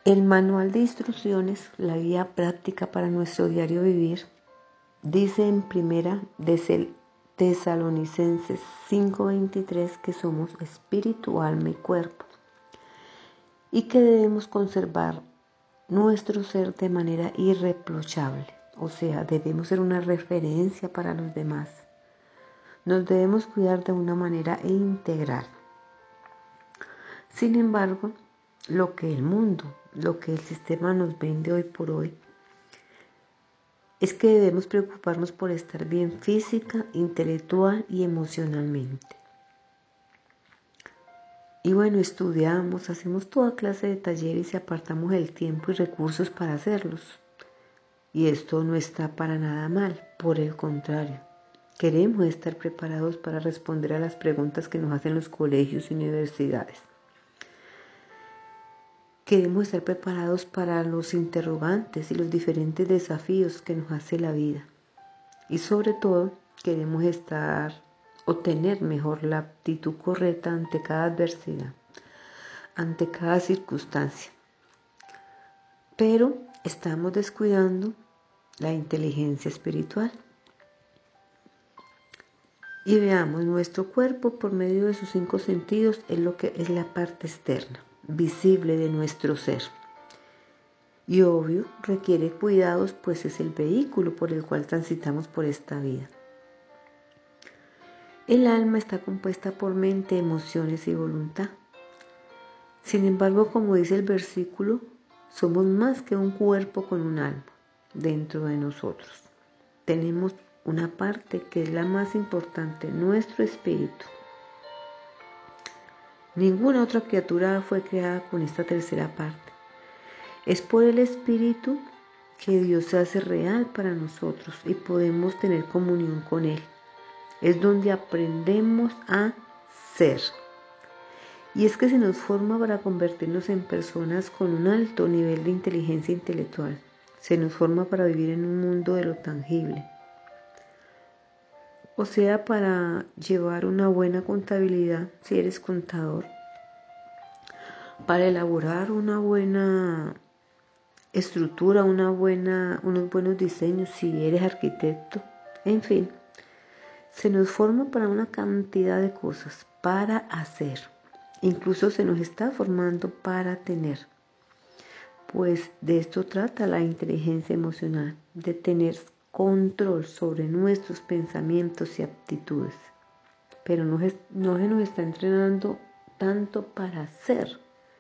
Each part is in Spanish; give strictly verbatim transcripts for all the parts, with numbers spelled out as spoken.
El manual de instrucciones, la guía práctica para nuestro diario vivir, dice en primera de Tesalonicenses cinco veintitrés que somos espíritu, alma y cuerpo y que debemos conservar nuestro ser de manera irreprochable, o sea, debemos ser una referencia para los demás. Nos debemos cuidar de una manera integral. Sin embargo, lo que el mundo, lo que el sistema nos vende hoy por hoy, es que debemos preocuparnos por estar bien física, intelectual y emocionalmente. Y bueno, estudiamos, hacemos toda clase de talleres y apartamos el tiempo y recursos para hacerlos. Y esto no está para nada mal, por el contrario. Queremos estar preparados para responder a las preguntas que nos hacen los colegios y universidades. Queremos estar preparados para los interrogantes y los diferentes desafíos que nos hace la vida. Y sobre todo, queremos estar o tener mejor la actitud correcta ante cada adversidad, ante cada circunstancia. Pero estamos descuidando la inteligencia espiritual. Y veamos, nuestro cuerpo por medio de sus cinco sentidos es lo que es la parte externa, visible de nuestro ser. Y obvio, requiere cuidados, pues es el vehículo por el cual transitamos por esta vida. El alma está compuesta por mente, emociones y voluntad. Sin embargo, como dice el versículo, somos más que un cuerpo con un alma dentro de nosotros. Tenemos una parte que es la más importante, nuestro espíritu. Ninguna otra criatura fue creada con esta tercera parte. Es por el espíritu que Dios se hace real para nosotros y podemos tener comunión con Él. Es donde aprendemos a ser. Y es que se nos forma para convertirnos en personas con un alto nivel de inteligencia intelectual. Se nos forma para vivir en un mundo de lo tangible. O sea, para llevar una buena contabilidad, si eres contador, para elaborar una buena estructura, una buena, unos buenos diseños, si eres arquitecto, en fin, se nos forma para una cantidad de cosas, para hacer, incluso se nos está formando para tener, pues de esto trata la inteligencia emocional, de tener control sobre nuestros pensamientos y actitudes, pero no, es, no se nos está entrenando tanto para hacer.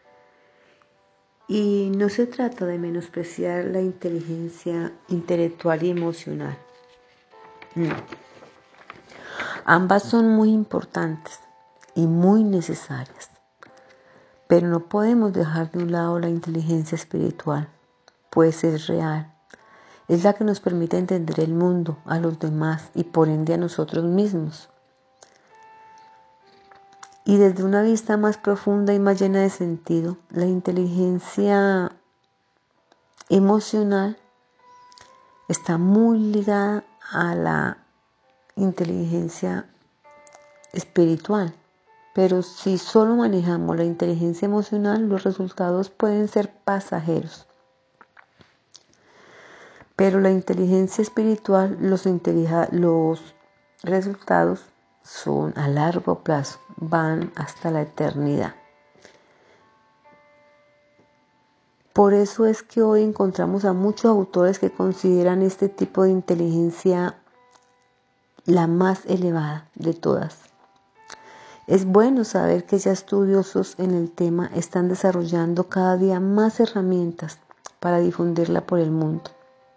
Y no se trata de menospreciar la inteligencia intelectual y emocional. No. Ambas son muy importantes y muy necesarias. Pero no podemos dejar de un lado la inteligencia espiritual, pues es real. Es la que nos permite entender el mundo, a los demás y por ende a nosotros mismos. Y desde una vista más profunda y más llena de sentido, la inteligencia emocional está muy ligada a la inteligencia espiritual. Pero si solo manejamos la inteligencia emocional, los resultados pueden ser pasajeros. Pero la inteligencia espiritual, los, los resultados son a largo plazo, van hasta la eternidad. Por eso es que hoy encontramos a muchos autores que consideran este tipo de inteligencia la más elevada de todas. Es bueno saber que ya estudiosos en el tema están desarrollando cada día más herramientas para difundirla por el mundo.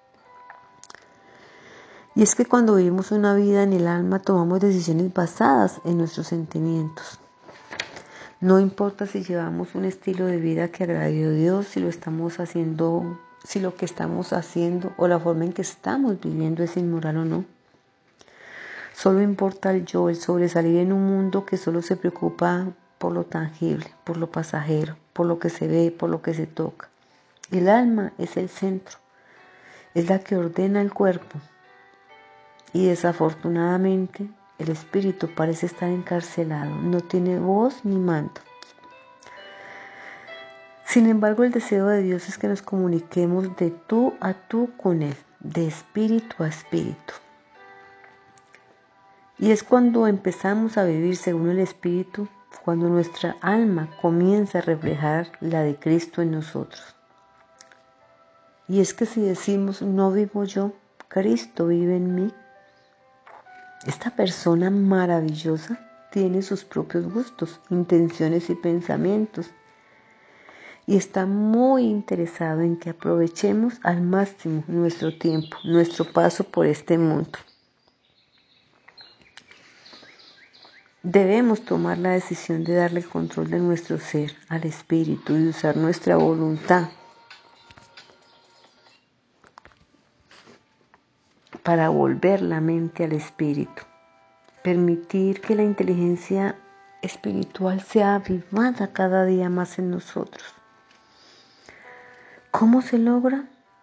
Y es que cuando vivimos una vida en el alma tomamos decisiones basadas en nuestros sentimientos. No importa si llevamos un estilo de vida que agrade a Dios, si lo estamos haciendo, si lo que estamos haciendo o la forma en que estamos viviendo es inmoral o no. Solo importa el yo, el sobresalir en un mundo que solo se preocupa por lo tangible, por lo pasajero, por lo que se ve, por lo que se toca. El alma es el centro, es la que ordena el cuerpo. Y desafortunadamente el espíritu parece estar encarcelado, no tiene voz ni mando. Sin embargo, el deseo de Dios es que nos comuniquemos de tú a tú con Él, de espíritu a espíritu. Y es cuando empezamos a vivir según el Espíritu, cuando nuestra alma comienza a reflejar la de Cristo en nosotros. Y es que si decimos, no vivo yo, Cristo vive en mí, esta persona maravillosa tiene sus propios gustos, intenciones y pensamientos. Y está muy interesado en que aprovechemos al máximo nuestro tiempo, nuestro paso por este mundo. Debemos tomar la decisión de darle el control de nuestro ser al Espíritu y usar nuestra voluntad para volver la mente al Espíritu. Permitir que la inteligencia espiritual sea avivada cada día más en nosotros. ¿Cómo se logra?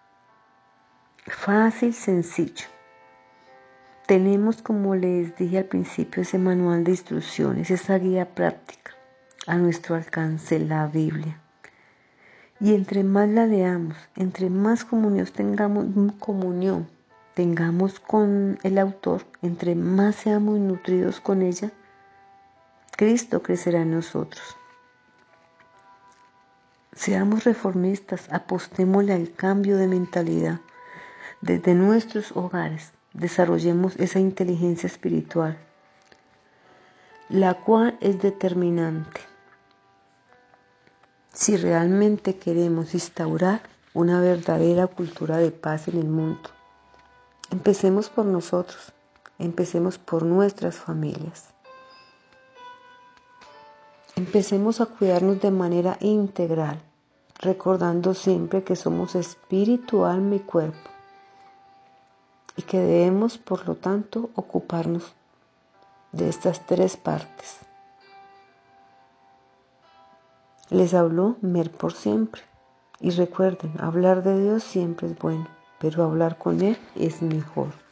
Fácil, sencillo. Tenemos, como les dije al principio, ese manual de instrucciones, esa guía práctica a nuestro alcance, la Biblia. Y entre más la leamos, entre más comunión tengamos, comunión tengamos con el autor, entre más seamos nutridos con ella, Cristo crecerá en nosotros. Seamos reformistas, apostémosle al cambio de mentalidad desde nuestros hogares. Desarrollemos esa inteligencia espiritual, la cual es determinante si realmente queremos instaurar una verdadera cultura de paz en el mundo. Empecemos por nosotros, empecemos por nuestras familias. Empecemos a cuidarnos de manera integral, recordando siempre que somos espíritu, alma y cuerpo, y que debemos, por lo tanto, ocuparnos de estas tres partes. Les habló Mer por siempre. Y recuerden, hablar de Dios siempre es bueno, pero hablar con Él es mejor.